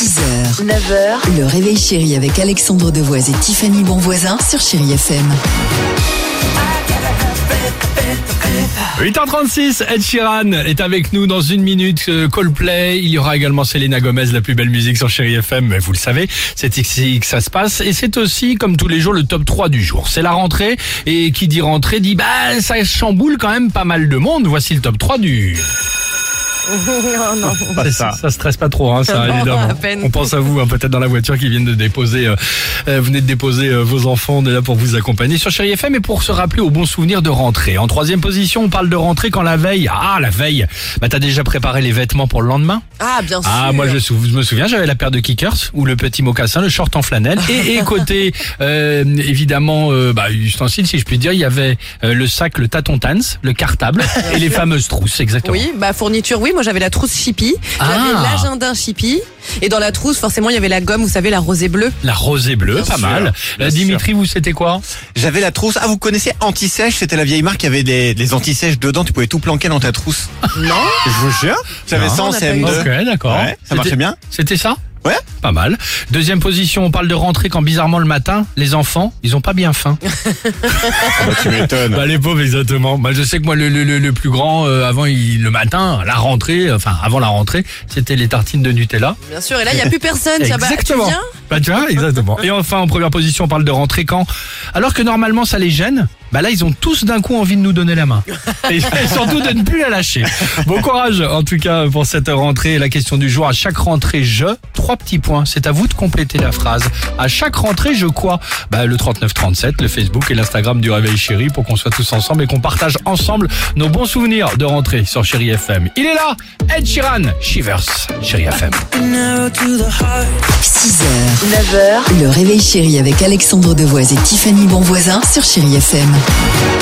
6h, 9h, le réveil chéri avec Alexandre Devoise et Tiffany Bonvoisin sur Chéri FM. 8h36, Ed Sheeran est avec nous dans une minute, Coldplay, il y aura également Selena Gomez, la plus belle musique sur Chéri FM, mais vous le savez, c'est ici que ça se passe, et c'est aussi, comme tous les jours, le top 3 du jour. C'est la rentrée, et qui dit rentrée dit, ça chamboule quand même pas mal de monde. Voici le top 3 du... Oh non. Ça stresse pas trop, hein, ça, Non, évidemment. à peine. On pense à vous, hein, peut-être dans la voiture qui viennent de déposer, venez de déposer vos enfants, on est là pour vous accompagner sur Chéri FM et pour se rappeler aux bons souvenirs de rentrée. En troisième position, on parle de rentrée quand la veille, t'as déjà préparé les vêtements pour le lendemain? Ah, bien sûr. Ah, moi je me souviens, j'avais la paire de kickers ou le petit mocassin, le short en flanelle et côté évidemment ustensile si je puis dire, il y avait le sac, le tâton Tans, le cartable et les fameuses trousses, exactement. Oui, fourniture, oui. Moi, j'avais la trousse Chippy. J'avais l'agenda Chippy. Et dans la trousse, forcément, il y avait la gomme, vous savez, la rosée bleue. La rosée bleue, pas mal. Dimitri, vous, c'était quoi? J'avais la trousse. Ah, vous connaissez Anti-Sèche? C'était la vieille marque qui avait des anti-sèches dedans. Tu pouvais tout planquer dans ta trousse. Non. Je vous jure. J'avais ça en on n'a pas eu CM2. Ok, d'accord. Ouais, ça marchait bien. C'était ça? Ouais. Pas mal. Deuxième position, on parle de rentrée quand bizarrement le matin, les enfants, ils ont pas bien faim. Tu m'étonnes. Les pauvres, exactement. Je sais que moi, le plus grand, le matin, avant la rentrée, c'était les tartines de Nutella. Bien sûr. Et là, il n'y a plus personne. Tiens, Exactement. tu viens? Tu vois, exactement. Et enfin, en première position, on parle de rentrée quand, alors que normalement ça les gêne, là ils ont tous d'un coup envie de nous donner la main. Et surtout de ne plus la lâcher. Bon courage en tout cas pour cette rentrée. La question du jour, à chaque rentrée trois petits points. C'est à vous de compléter la phrase. À chaque rentrée je quoi? Le 3937, le Facebook et l'Instagram du Réveil Chéri pour qu'on soit tous ensemble et qu'on partage ensemble nos bons souvenirs de rentrée sur Chéri FM. Il est là, Ed Sheeran, Shivers, Chéri FM. 6h, 9h, le réveil chéri avec Alexandre Devoise et Tiffany Bonvoisin sur Chéri FM.